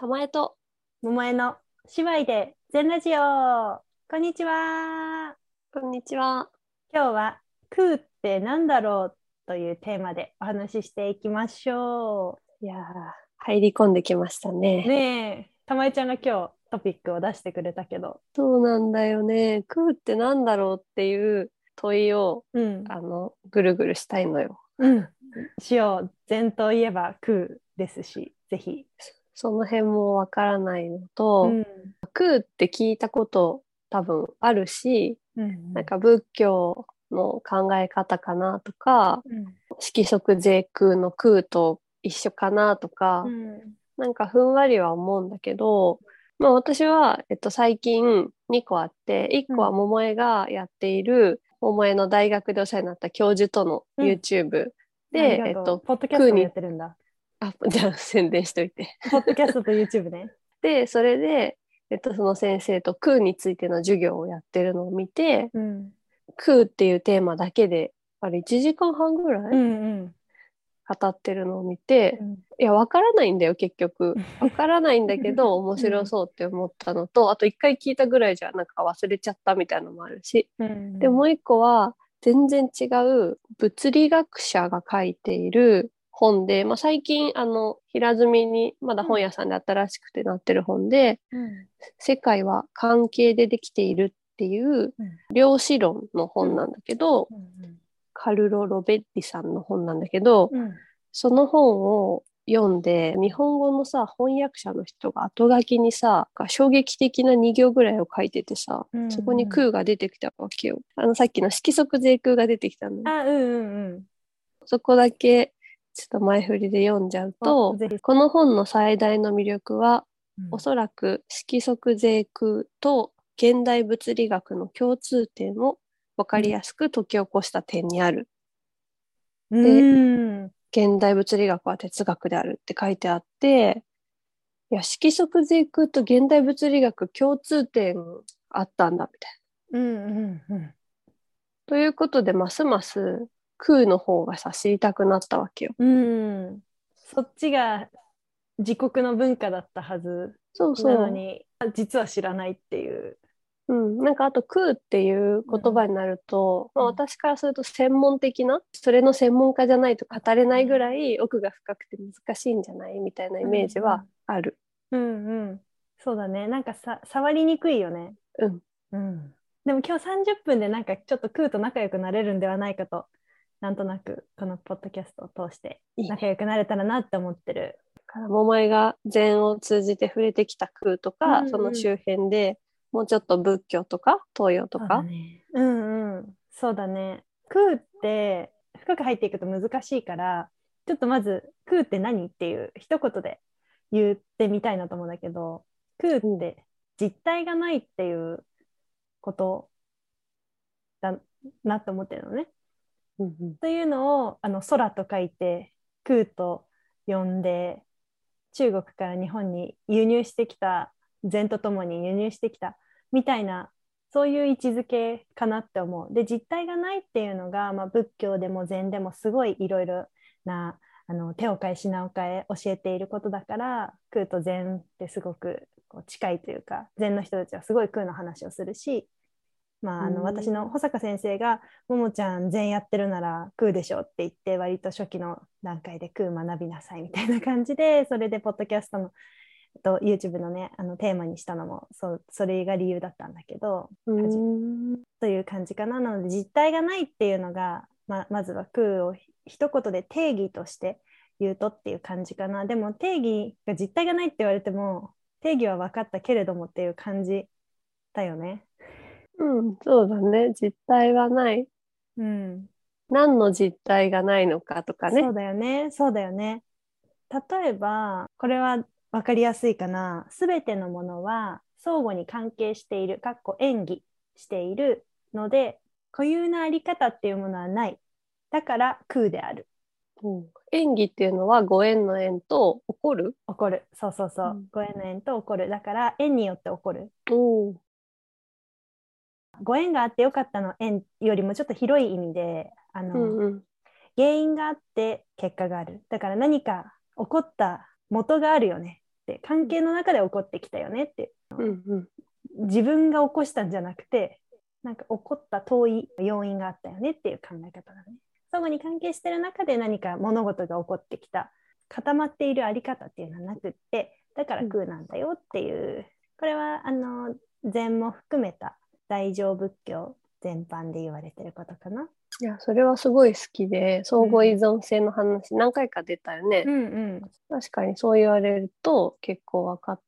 玉江と桃江の姉妹で全ラジオ。こんにちは。 こんにちは。 今日は空ってなんだろうというテーマでお話ししていきましょいやー、入り込んできましたう。 ね。 ねえ、たまえちゃんが今日トピックを出してくれたけど。 そうなんだよね。空ってなんだろうっていう問いを、 うん。 ぐるぐるしたいのよ。 うん。しよう。禅といえば空ですし、ぜひ。 その辺もわからないのと、 うん。 空って聞いたこと多分あるし、 うん。 なんか仏教の考え方かなとか、 うん。 色即是空の空と一緒かなとか、 うん。 なんかふんわりは思うんだけど、まあ私は、最近2個あって、1個はうん。 桃江がやっている、桃江の大学でお世話になった教授とのうん。 YouTube ありで、 がとう。ポッドキャストもやっ空に、 てるんだ。 じゃあ宣伝しといて。 ポッドキャストと YouTube ね。 で、それで、その先生と空についての授業をやってるのを見て、 うん。 空っていうテーマだけで、あれ1時間半ぐらいうんうん。 語ってるのを見て、 うん。 いや、わからないんだよ、結局。わからないんだけど、面うん。 白そうって思ったのと、あと一回聞いたぐらいじゃ、なんか忘れちゃったみたいなのもあるし。 うで、もん。 う一個は、全然違う物理学者が書いている本で、まあ、最近、平積みにまだうん。 本屋さんで新しくてなってる本で、 うん。 世界は関係でできているっていううん。 量子論のうん。 本なんだけど、 うん。 カルロ・ロベッリさんの本なんだけど、 うん。 その本を読んで、日本語のさ、翻訳者の人が後書きにさ、衝撃的な2行ぐらいを書いててさ、 うん。 そこにうん。 空が出てきたわけよ。さっきの色即是空が出てきたの。 あ、うんうんうん。 そこだけ、ちょっと前振りで読んじゃうお、 と、 ぜひ。 この本の最大の魅力は、 うん。 おそらく色即是空と現代物理学の共通点を分かりやすく解き起こした点にある。 うで、 ん。 現代物理学は哲学であるって書いてあって、いや、色即是空と現代物理学共通点あったんだ、みたいな。 うんうんうん。 ということで、ますます空の方がさ、知りたくなったわけよ。 うん。そっちが自国の文化だったはずそうなのそに、実は知らないっていう。 う。うん。なんかあと空っていう言葉うん。 になると、まあ、 うん。 私からすると専門的な、それの専門家じゃないと語れないぐらい奥が深くて難しいんじゃないみたいなイうメージはんある。 うんうん。そうだね。なんか触りにくいよね。 うん。 うん。でも今日30分でなんかちょっと空と仲良くなれるんではないかと、なんとなくこのポッドキャストを通していいね。 仲良くなれたらなって思ってる。 から桃江が禅を通じて触れてきた空とうか、その周んうん。 辺でもうちょっと仏教とか東洋とそうだか、 ね。うんうん。そうだね。空って深く入っていくと難しいから、ちょっとまず空って何っていう一言で言ってみたいなと思うんだけど、空っうん、 て実体がないっていうことだなと思ってるのね。 うん、うん、 というのを空と書いて空と呼んで、中国から日本に輸入してきた、禅とともに輸入してきたみたいな、そういう位置づけかなって思う。で、実体がないっていうのが、まあ、仏教でも禅でもすごいいろいろな手を変え品を変え教えていることだから、空と禅ってすごくこう近いというか、禅の人たちはすごい空の話をするし、まあ、 う私のん、 保坂先生が「ももちゃん禅やってるなら空でしょ」って言って、割と初期の段階で空学びなさいみたいな感じで、それでポッドキャストのYouTube のねテーマにしたのもそれが理由だったんだけど、 うん、 という感じかな。なので実体がないっていうのが、まずは空を一言で定義として言うとっていう感じかな。でも定義が実体がないって言われても、定義は分かったけれどもっていう感じだよね。 うん、そうだね。実体はない。 うん。 何の実体がないのかとかね。 そうだよね。そうだよね。例えば、これは分かりやすいかな。すべてのものは相互に関係している、かっこ演技しているので、固有なあり方っていうものはない。だから空である。 うん、演技っていうのはご縁の縁と起こる。 起こる。そうそうそう。 うん、 ご縁の縁と起こる。だから縁によって起こる。 おー、 ご縁があってよかったの縁よりもちょっと広い意味で、 うんうん、 原因があって結果がある。だから何か起こった元があるよねっ 、関係の中で起こってきたよねって、 うんうん自分が起こしたんじゃなくて、なんか起こった遠い要因があったよねっていう考え方だね。相互に関係してる中で何か物事が起こってきた、固まっているあり方っていうのはなくって、だから空なんだよっていう、これは禅も含めた大乗仏教全般で言われてることかな。 いや、それはすごい好きで、相互依存性の話、何回か出たよね。 うんうん。 確かにそう言われると結構分かって、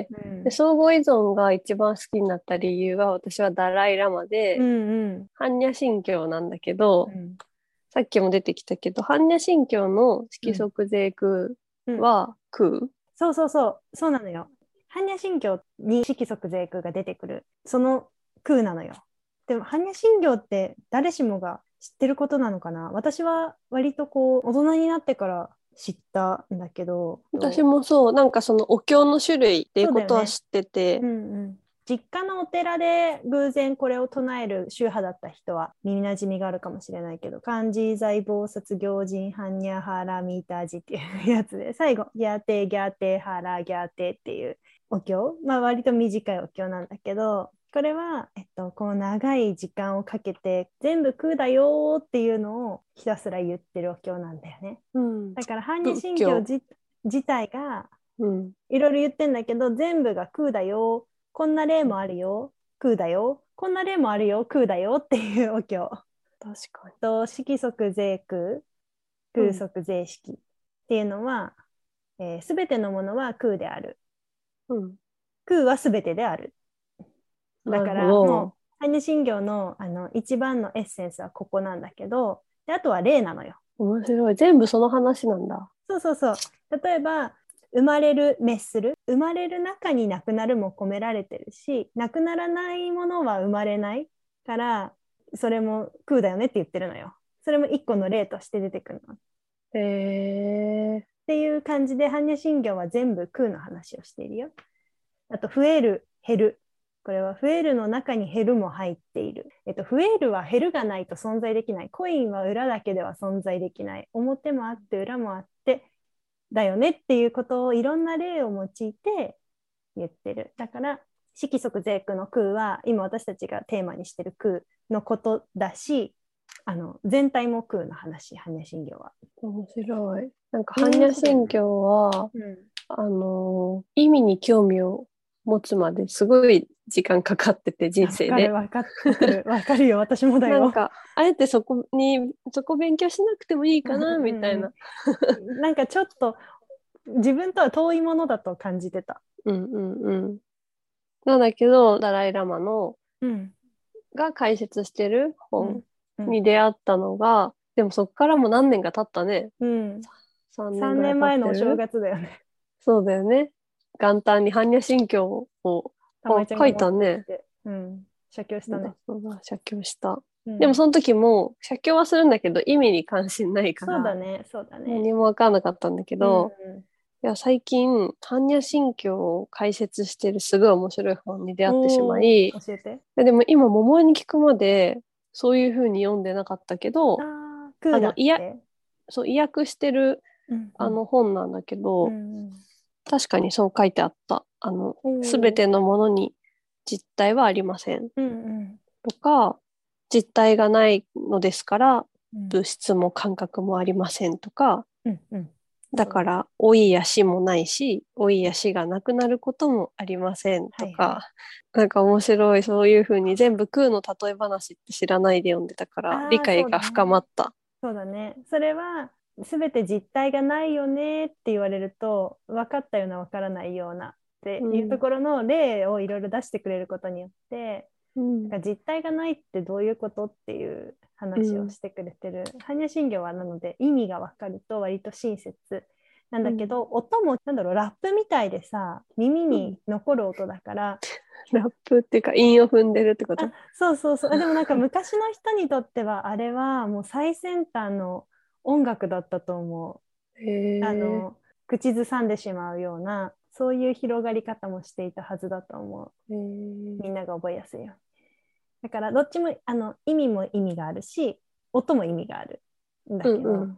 うんで、相互依存が一番好きになった理由は、私はダライラマうで、 んうん般若心経なんだけど、 うんさっきも出てきたけど、般若心経の色即是空うん。 は空、 そうそうそう、そうなのよ。般若心経に色即是空が出てくる、その空なのよ。でも般若心経って誰しもが知ってることなのかな。私は割とこう大人になってから知ったんだけど、 私もそう、なんかそのお経の種類っていうそうだよね。 ことは知ってて、 うんうん。実家のお寺で偶然これを唱える宗派だった人は耳なじみがあるかもしれないけど、漢字財宝殺行人般若ハラミータージっていうやつで、最後ギャーテーギャーテーハラギャーテーっていうお経、まあ割と短いお経なんだけど、これは、こう長い時間をかけて全部空だよっていうのをひたすら言ってるお経なんだよね。 うん、 だから般若仏心経教。 自体がうん、 いろいろ言ってんだけど、全部が空だよ、こんな例もあるよ、空だよ、こんな例もあるよ、空だよっていうお経確かに。 と、色即是空、 うん、 空即是色っていうのは、すべてのものは空である。 うん。 空はすべてである。だなるほからど。 もう、般若心経の、一番のエッセンスはここなんだけど、であとは例なのよ。 面白い。全部その話なんだ。 そうそうそう。例えば、生まれる、滅する。生まれる中になくなるも込められてるし、なくならないものは生まれないから、それも空だよねって言ってるのよ。それも一個の例として出てくるの。っへえ。 ていう感じで、般若心経は全部空の話をしているよ。あと、増える、減る。これは増えるの中に減るも入っている。増えるは減るがないと存在できない。コインは裏だけでは存在できない。表もあって裏もあってだよねっていうことをいろんな例を用いて言ってる。だから色即是空の空は今私たちがテーマにしてる空のことだし、全体も空の話、般若心経は。 面白い。なんか、般若心経は、 うん、 意味に興味を持つまですごい時間かかってて、人生で。 わかるわかるよ、私もだよ。 なんか、あえてそこ勉強しなくてもいいかな、みたいな。 なんかちょっと自分とは遠いものだと感じてた。 うんうんうん。なんだけど、ダライラマの、 うん。 が解説してる本うんうん、 に出会ったのが、でもそこからも何年か経ったね。 うん、 3年 3 ぐらい年前のお正経ってる。 月だよね。 そうだよね。元旦に般若心経をたまえちゃん書が持っいたね。 てきて、うん、写経したね。 そうだ、そうだ、写経した。 うん、 でもその時も、写経はするんだけど、意味に関心ないから、 そうだね、そうだね。 何もわかんなかったんだけうん、 ど、いや、最近、般若心経を解説してるすごい面白い本に出会ってしまおい、 ー、教えて。 でも今、桃江に聞くまで、そういう風に読んでなかったけど、 あー、空だっいや、 て。 そう、意訳してる、 うんうん本なんだけど、 うん確かにそう書いてあった。 うん、 すべおー、 てのものに実体はありません。 うんうんとか、実体がないのですから、 うん物質も感覚もありませんとか、 うんうん、 だから、老いや死もないし、老いや死がなくなることもありませんとはいはい。 か、なんか面白い、そういうふうに全部空の例え話って知らないで読んでたから、理ああ、 解が深まった。 そうだね。それは、すべて実体がないよねって言われると、分かったような分からないようなっていうとうん、 ころの例をいろいろ出してくれることによって、 うん、 なんか実体がないってどういうことっていう話をうん、 してくれてる。般若心経はなので意味が分かると割と親切なんうん、 だけど、音もなんだろう、ラップみたいでさ、耳うん。 に残る音だから、 ラップっていうか、韻を踏んでるってこあ、 と？ そうそうそう。あ、でもなんか昔の人にとってはあれはもう最先端の音楽だったと思う。 へえ、 口ずさんでしまうような、そういう広がり方もしていたはずだと思う。 へえ、 みんなが覚えやすいように。だからどっちも意味も意味があるし、音も意味があるんだうん、うけど、 ん。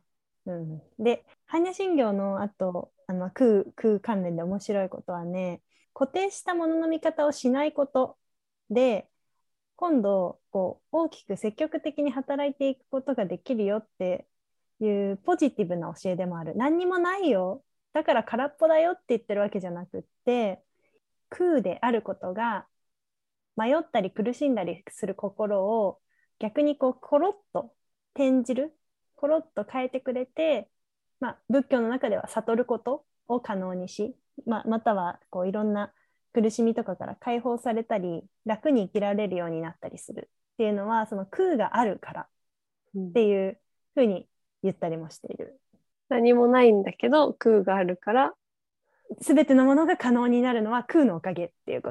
うん、で般若心経のあと空関連で面白いことはね、固定したものの見方をしないことで、今度こう大きく積極的に働いていくことができるよっていうポジティブな教えでもある。何にもないよ、だから空っぽだよって言ってるわけじゃなくって、空であることが迷ったり苦しんだりする心を逆にこうコロッと転じる、コロッと変えてくれて、仏教の中では悟ることを可能にし、またはこういろんな苦しみとかから解放されたり楽に生きられるようになったりするっていうのは、その空があるからっていうふうに言ったりもしている。 何もないんだけど空があるから、 全てのものが可能になるのは空のおかげっていうこと。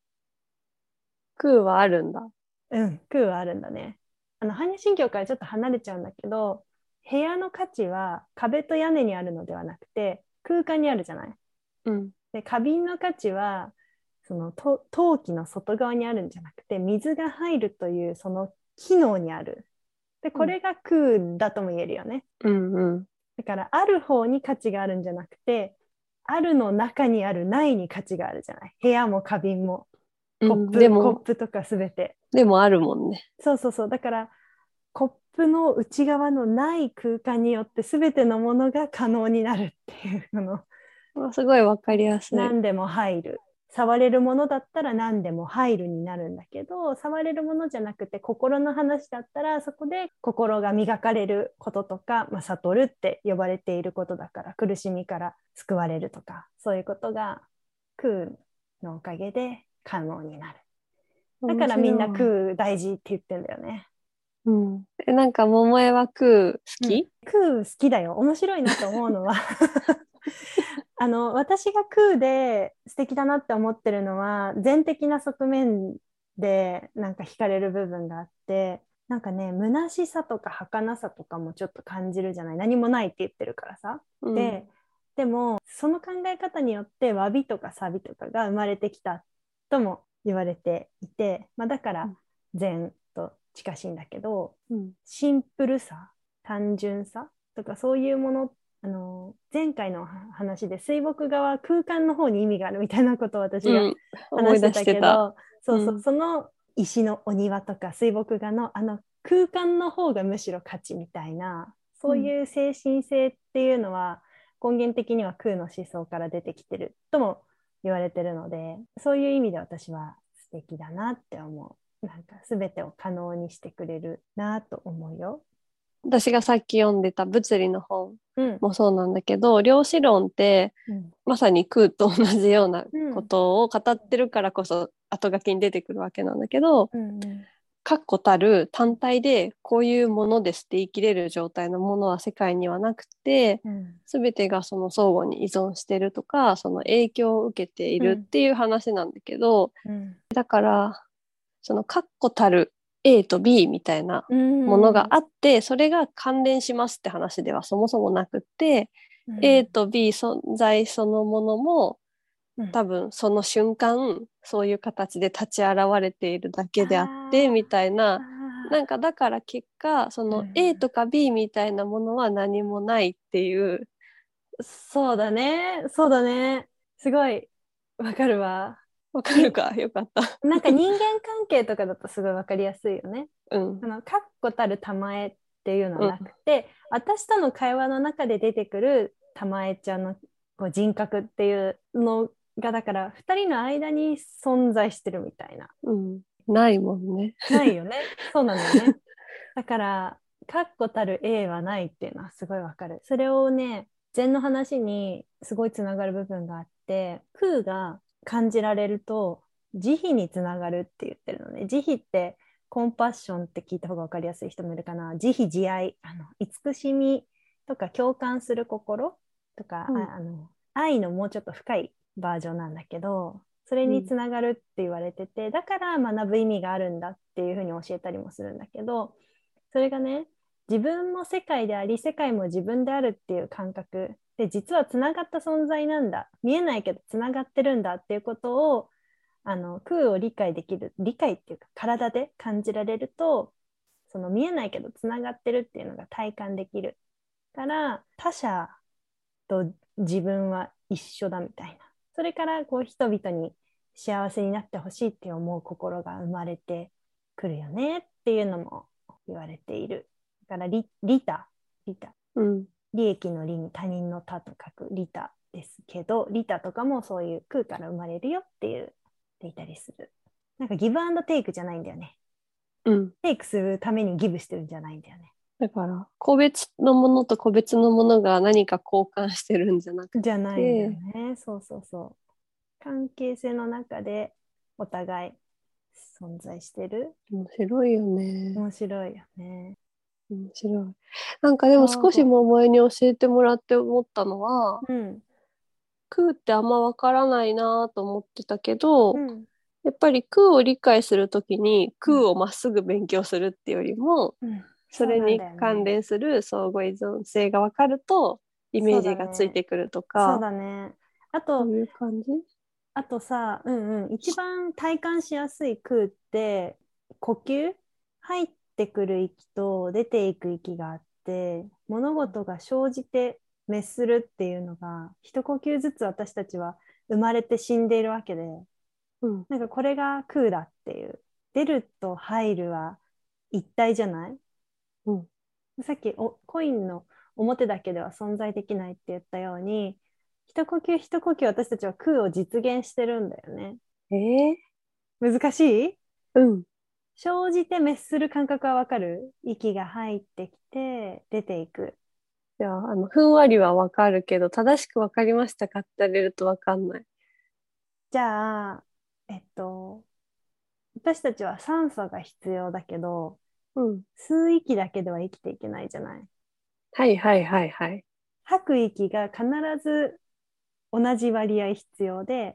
空はあるんだ。 うん、空はあるんだね。般若心経からちょっと離れちゃうんだけど、部屋の価値は壁と屋根にあるのではなくて空間にあるじゃない。 うん。 で、花瓶の価値はその陶器の外側にあるんじゃなくて、水が入るというその機能にある。で、これが空だとも言えるよね。 うんうん。 だからある方に価値があるんじゃなくて、あるの中にあるないに価値があるじゃない。部屋も花瓶もコップ、コップとかすべて。 でもあるもんね。 そうそうそう。だからコップの内側のない空間によって全てのものが可能になるっていうの。 すごいわかりやすい。 何でも入る。触れるものだったら何でも入るになるんだけど、触れるものじゃなくて心の話だったら、そこで心が磨かれることとか、悟るって呼ばれていることだから、苦しみから救われるとか、そういうことが空のおかげで可能になる。だからみんな空大事って言ってんだよね。 うん、なんか桃江は空好き？ 空好きだよ。面白いなと思うのは私が空で素敵だなって思ってるのは、全的な側面でなんか惹かれる部分があって、なんかね、虚しさとか儚さとかもちょっと感じるじゃない。何もないって言ってるからさ。でもその考え方によって詫びとかサビとかが生まれてきたとも言われていて、だから禅と近しいんだけど、シンプルさ、単純さとかそういうもの、前回の話で水墨画は空間の方に意味があるみたいなことを私が話してたけど、その石のお庭とか水墨画の空間の方がむしろ価値みたいな、そういう精神性っていうのは根源的には空の思想から出てきてるとも言われてるので、そういう意味で私は素敵だなって思う。なんか全てを可能にしてくれるなと思うよ。 私がさっき読んでた物理の本もそうなんだけど、量子論って、まさに空と同じようなことを語ってるからこそ後書きに出てくるわけなんだけど、確固たる単体でこういうものですって言い切れる状態のものは世界にはなくて、全てがその相互に依存してるとか、その影響を受けているっていう話なんだけど、だからその確固たる A と B みたいなものがあって、それが関連しますって話ではそもそもなくて、A と B 存在そのものも多分その瞬間そういう形で立ち現れているだけであってみたいな、なんかだから結果その A とか B みたいなものは何もないっていう。 そうだね、そうだね、すごいわかるわ。 わかるか、よかった。 なんか人間関係とかだとすごいわかりやすいよね。確固たる玉絵っていうのはなくて、私との会話の中で出てくる玉絵ちゃんのこう人格っていうのが、だから2人の間に存在してるみたいな。 ないもんね。 ないよね。そうなんだよね。だから確固たる A はないっていうのはすごいわかる。それをね、禅の話にすごいつながる部分があって、空が感じられると慈悲につながるって言ってるのね。慈悲ってコンパッションって聞いた方が分かりやすい人もいるかな。慈悲慈愛、慈しみとか共感する心とか、愛のもうちょっと深いバージョンなんだけど、それにつながるって言われてて、だから学ぶ意味があるんだっていうふうに教えたりもするんだけど、それがね、自分も世界であり世界も自分であるっていう感覚で、実はつながった存在なんだ、見えないけどつながってるんだっていうことを空を理解できる、理解っていうか体で感じられると、その見えないけどつながってるっていうのが体感できるから他者と自分は一緒だみたいな。それからこう人々に幸せになってほしいって思う心が生まれてくるよねっていうのも言われている。だから利他、 うん、 利益の利に他人の他と書く利他ですけど、利他とかもそういう空から生まれるよっていうっていたりする。なんかギブアンドテイクじゃないんだよね。 うん。 テイクするためにギブしてるんじゃないんだよね。 だから、個別のものと個別のものが何か交換してるんじゃなくじゃないんだよて、 ね。そうそうそう。関係性の中でお互い存在してる。 面白いよね。 面白いよね。 面白い。なんかでも少しも前に教えてもらって思ったのは、 うん。 空ってあんまわからないなと思ってたけど、 うん。 やっぱり空を理解するときに空をまっすぐ勉強するっていうよりも、 うん。 それそうなんに関だよね。 連する相互依存性がわかると、イメそうージがついだね。 てくるとそうか、 だね。あと、 そういう感じ。 あとさ、一番体感しやすい空って、呼吸入ってくる息と出ていく息があって、物事が生じて滅するっていうのが、一呼吸ずつ私たちは生まれて死んでいるわけで、 うん。 なんかこれが空だっていう。出ると入るは一体じゃない？ うん。 さっきコインの表だけでは存在できないって言ったように、一呼吸一呼吸私たちは空を実現してるんだよね。 えー、 難しい？ うん。 生じて滅する感覚はわかる？息が入ってきて出ていく。 じゃあ、ふんわりはわかるけど、正しくわかりましたかって言われるとわかんない。 じゃあ、私たちは酸素が必要だけど、 うん。 吸う息だけでは生きていけないじゃない。 はいはいはいはい。 吐く息が必ず同じ割合必要で、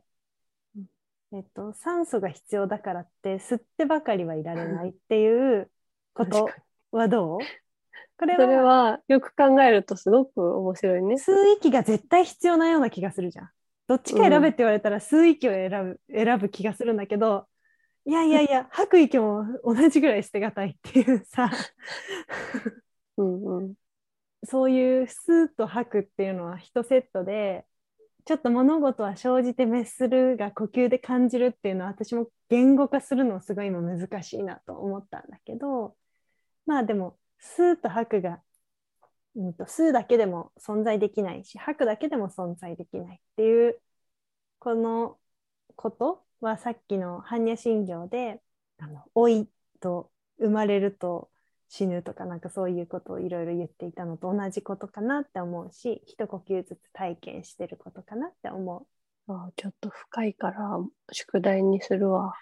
酸素が必要だからって吸ってばかりはいられないっていうこと確かに。 はどう？これそれはは、よく考えるとすごく面白いね。 吸う息が絶対必要なような気がするじゃん。どっちうか選べっん。 て言われたら吸う息を選ぶ気がするんだけど、いやいやいや、吐く息も同じぐらい捨てがたいっていうさ、 うんうん。 そういう吸うと吐くっていうのは一セットで、ちょっと物事は生じて滅するが呼吸で感じるっていうのは私も言語化するのすごい今難しいなと思ったんだけど、まあでも吸うと吐くが、吸うだけでも存在できないし吐くだけでも存在できないっていうこのことはさっきの般若心経で老いと生まれると死ぬとかなんかそういうことをいろいろ言っていたのと同じことかなって思うし、一呼吸ずつ体験してることかなって思あ、ちょっと深いから宿題にするわ。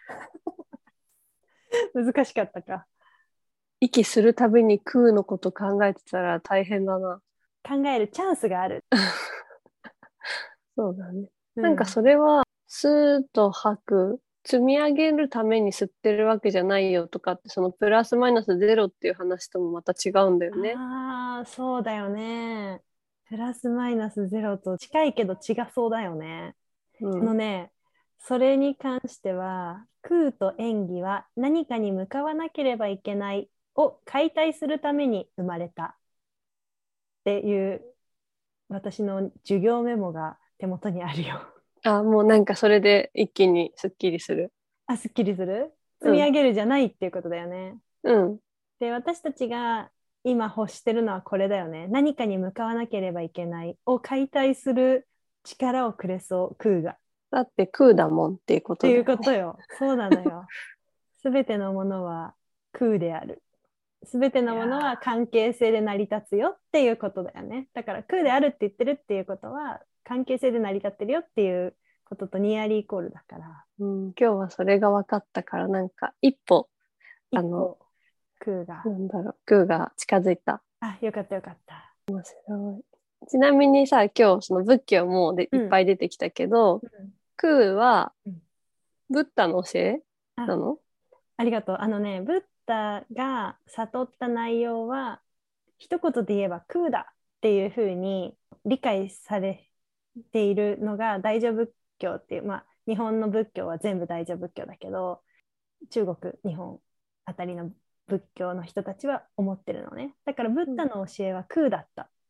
う。難しかったか？ 息するたびに空のこと考えてたら大変だな。 考えるチャンスがある。 そうだね。なんかうん。 それは、吸うと吐く、積み上げるために吸ってるわけじゃないよとかって、そのプラスマイナスゼロっていう話ともまた違うんだよね。 ああ、そうだよね。プラスマイナスゼロと近いけど違そうだよね。 うん。 あのね、それに関しては、空と演技は何かに向かわなければいけないを解体するために生まれたっていう私の授業メモが手元にあるよ。 あ、もうなんかそれで一気にスッキリする。 あ、すっきりする？積うん。 み上げるじゃないっていうことだよね。 うん。 で、私たちが今欲してるのはこれだよね。何かに向かわなければいけないを解体する力をくれそう、空が。っだって空だもんっていうこていうとだよね。 ことよ。そうなのよ。すべてのものは空である。すべていやのものは関係性で成り立つよっていうことだよね。だから空であるって言ってるっていうことは関係性で成り立ってるよっていうこととニアリーイコールだから、 うん、今日はそれが分かったから、なんか一歩、あの、 一歩空が。 なんだろう、空が近づいた。 あ、よかったよかった。 面白い。ちなみにさ、今日その仏教もいっぱい出てきたけど、 うん空はうん、 ブッダの教えあ、 なの？ ありがとう。ブッダが悟った内容は、一言で言えば空だっていうふうに理解されているのが大乗仏教っていう、まあ、日本の仏教は全部大乗仏教だけど、中国、日本あたりの仏教の人たちは思ってるのね。だからブッダの教えは空だったって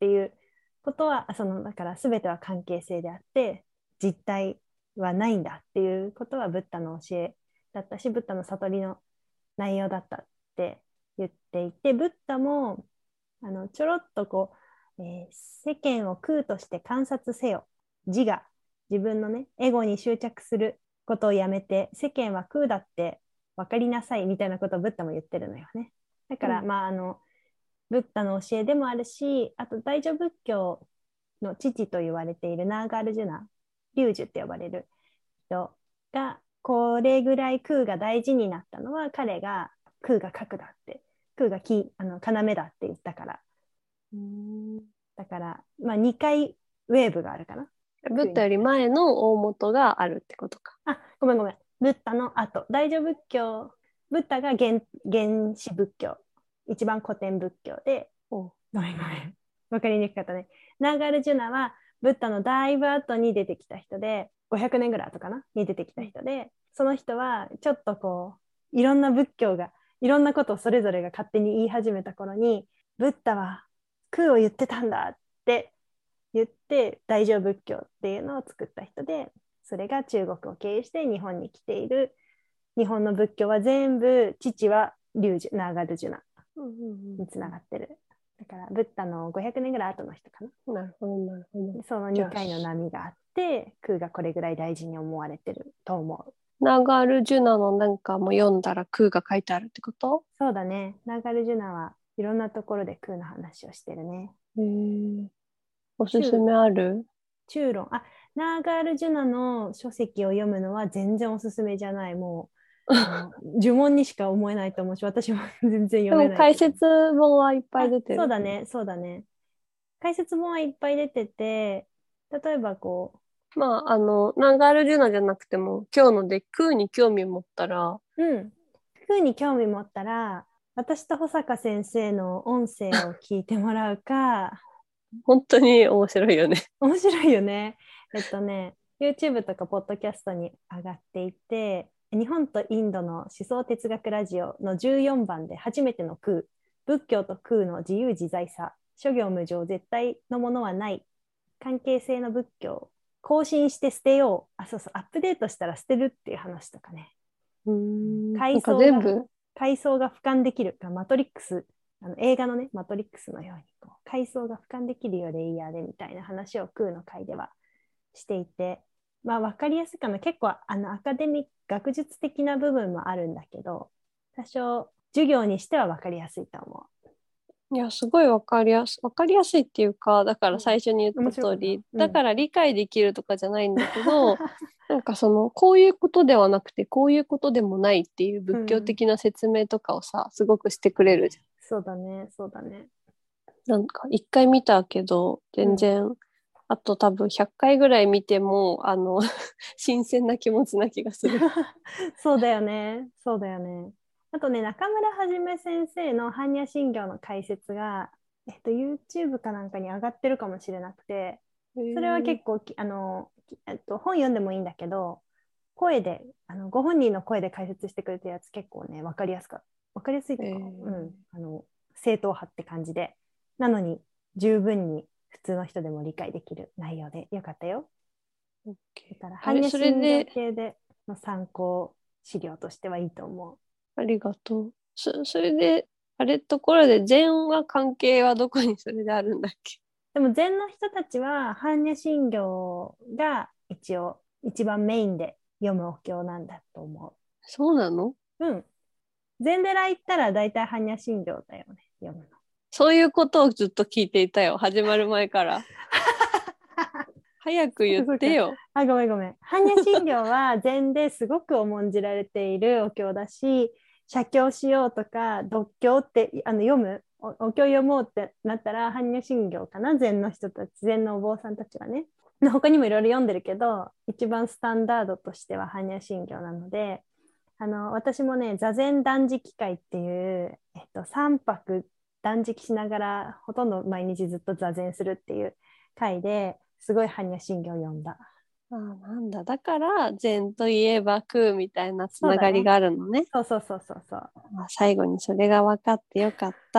っていうことはだから全ては関係性であって実体はないんだっていうことはブッダの教えだったし、ブッダの悟りの内容だったって言っていて、ブッダもちょろっと世間を空として観察せよ、自我、自分のねエゴに執着することをやめて世間は空だって分かりなさいみたいなことをブッダも言ってるのよね。だから、ブッダの教えでもあるし、あと大乗仏教の父と言われているナーガールジュナ、龍樹って呼ばれる人がこれぐらい空が大事になったのは、彼が空が核だって、空が要だって言ったから。だから、2回ウェーブがあるかな。 ブッダより前の大元があるってことか。 ごめん。ブッダの後、大乗仏教、ブッダが原始仏教、一番古典仏教で、ごめん。わかりにくかったね。ナーガールジュナはブッダのだいぶ後に出てきた人で、500年ぐらい後かなに出てきた人で、その人はちょっといろんな仏教がいろんなことをそれぞれが勝手に言い始めた頃に、ブッダは空を言ってたんだって言って大乗仏教っていうのを作った人で、それが中国を経由して日本に来ている。日本の仏教は全部父は龍樹、ナーガルジュナにつながってる。だからブッダの500年ぐらい後の人かな。 なるほど。 その2回の波があって空がこれぐらい大事に思われてると思う。 ナーガルジュナのなんかも読んだら空が書いてあるってこと？ そうだね。ナーガルジュナはいろんなところで空の話をしてるね。 おすすめある？ 中論。ナーガールジュナの書籍を読むのは全然おすすめじゃない。もう呪文にしか思えないと思うし、私も全然読めない。 でも解説本はいっぱい出てる。 そうだね。解説本はいっぱい出てて、例えばナーガルジュナじゃなくても今日ので空に興味持ったら、 空に興味持ったら私と保坂先生の音声を聞いてもらうか本当に面白いよね。 面白いよね。YouTube とかポッドキャストに上がっていて、日本とインドの思想哲学ラジオの14番で初めての空、仏教と空の自由自在さ、諸行無常、絶対のものはない、関係性の仏教、更新して捨てよう、アップデートしたら捨てるっていう話とかね。階層が俯瞰できる、マトリックス、映画のね、マトリックスのように階層が俯瞰できるよレイヤーでみたいな話を空の回ではしていて、分かりやすいかな。結構アカデミック学術的な部分もあるんだけど、多少授業にしては分かりやすいと思う。いや、すごい分かりやすいっていうか、だから最初に言った通り、だから理解できるとかじゃないんだけど、なんかこういうことではなくてこういうことでもないっていう仏教的な説明とかをさ、すごくしてくれるじゃん。 そうだね。 なんか1回見たけど全然、あと多分100回ぐらい見ても新鮮な気持ちな気がする。 そうだよね。あとね、中村はじめ先生の般若心経の解説が、YouTube かなんかに上がってるかもしれなくて、それは結構本読んでもいいんだけど、声でご本人の声で解説してくれてるやつ結構ね分かりやすいというか、正統派って感じで、なのに十分に普通の人でも理解できる内容でよかったよ。だから般若心経系での参考資料としてはいいと思う。 ありがとう。それでところで禅は関係はどこにそれであるんだっけ？ でも禅の人たちは般若心経が一応一番メインで読むお経なんだと思う。 そうなの？ 禅寺行ったら大体般若心経だよね、読むの。 そういうことをずっと聞いていたよ、始まる前から。早く言ってよ。 ごめん。般若心経は禅ですごく重んじられているお経だし、写経しようとか読経って読むお経読もうってなったら般若心経かな、禅の人たち、禅のお坊さんたちはね。他にもいろいろ読んでるけど、一番スタンダードとしては般若心経なので、私もね、座禅断食会っていう、3泊断食しながらほとんど毎日ずっと座禅するっていう会ですごい般若心経を読んだ。 なんだ、だから禅といえば空みたいなつながりがあるのね。 そう。 最後にそれが分かってよかった。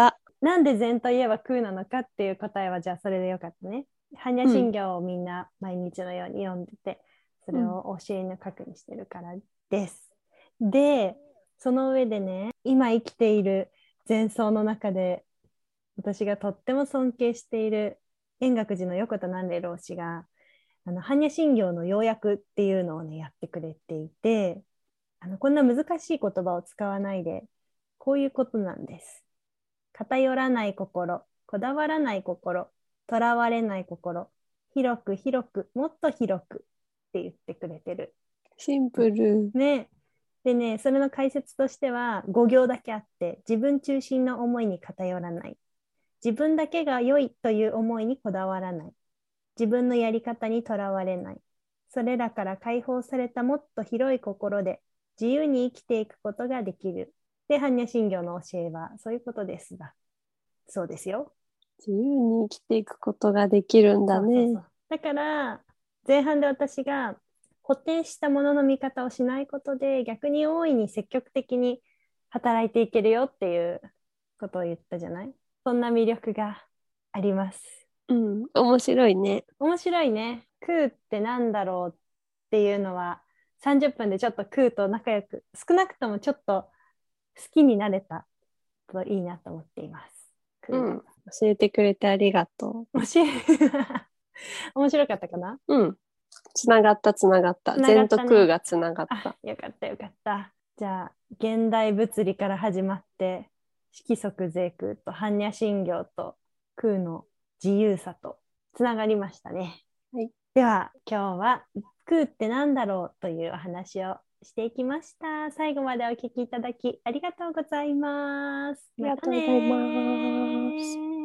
なんで禅といえば空なのかっていう答えはじゃあそれでよかったね。般若心経をみんな毎日のように読んでて、それを教えの核にしてるからです。で、その上でね、今生きている禅僧の中で私がとっても尊敬している円覚寺の横田南霊老師が般若心経の要約っていうのをねやってくれていて、こんな難しい言葉を使わないでこういうことなんです。偏らない心、こだわらない心、とらわれない心、広く広くもっと広くって言ってくれてる。 シンプル。 ね。でね、それの解説としては5行だけあって、自分中心の思いに偏らない。自分だけが良いという思いにこだわらない。自分のやり方にとらわれない。それらから解放されたもっと広い心で自由に生きていくことができる。で、般若心経の教えはそういうことですが。そうですよ。 自由に生きていくことができるんだね。 そう。だから前半で私が固定したものの見方をしないことで逆に大いに積極的に働いていけるよっていうことを言ったじゃない。そんな魅力があります。 うん、面白いね。 面白いね。空ってなんだろうっていうのは30分でちょっと空と仲良く、少なくともちょっと好きになれたといいなと思っています。 うん、教えてくれてありがとう。 面白かったかな？ うん。つながった。禅と空がつながった。 よかった。じゃあ、現代物理から始まって、色即是空と般若心経と空の自由さとつながりましたね。 はい。 では、今日は空ってなんだろうというお話をしていきました。最後までお聞きいただきありがとうございます。 ありがとうございます。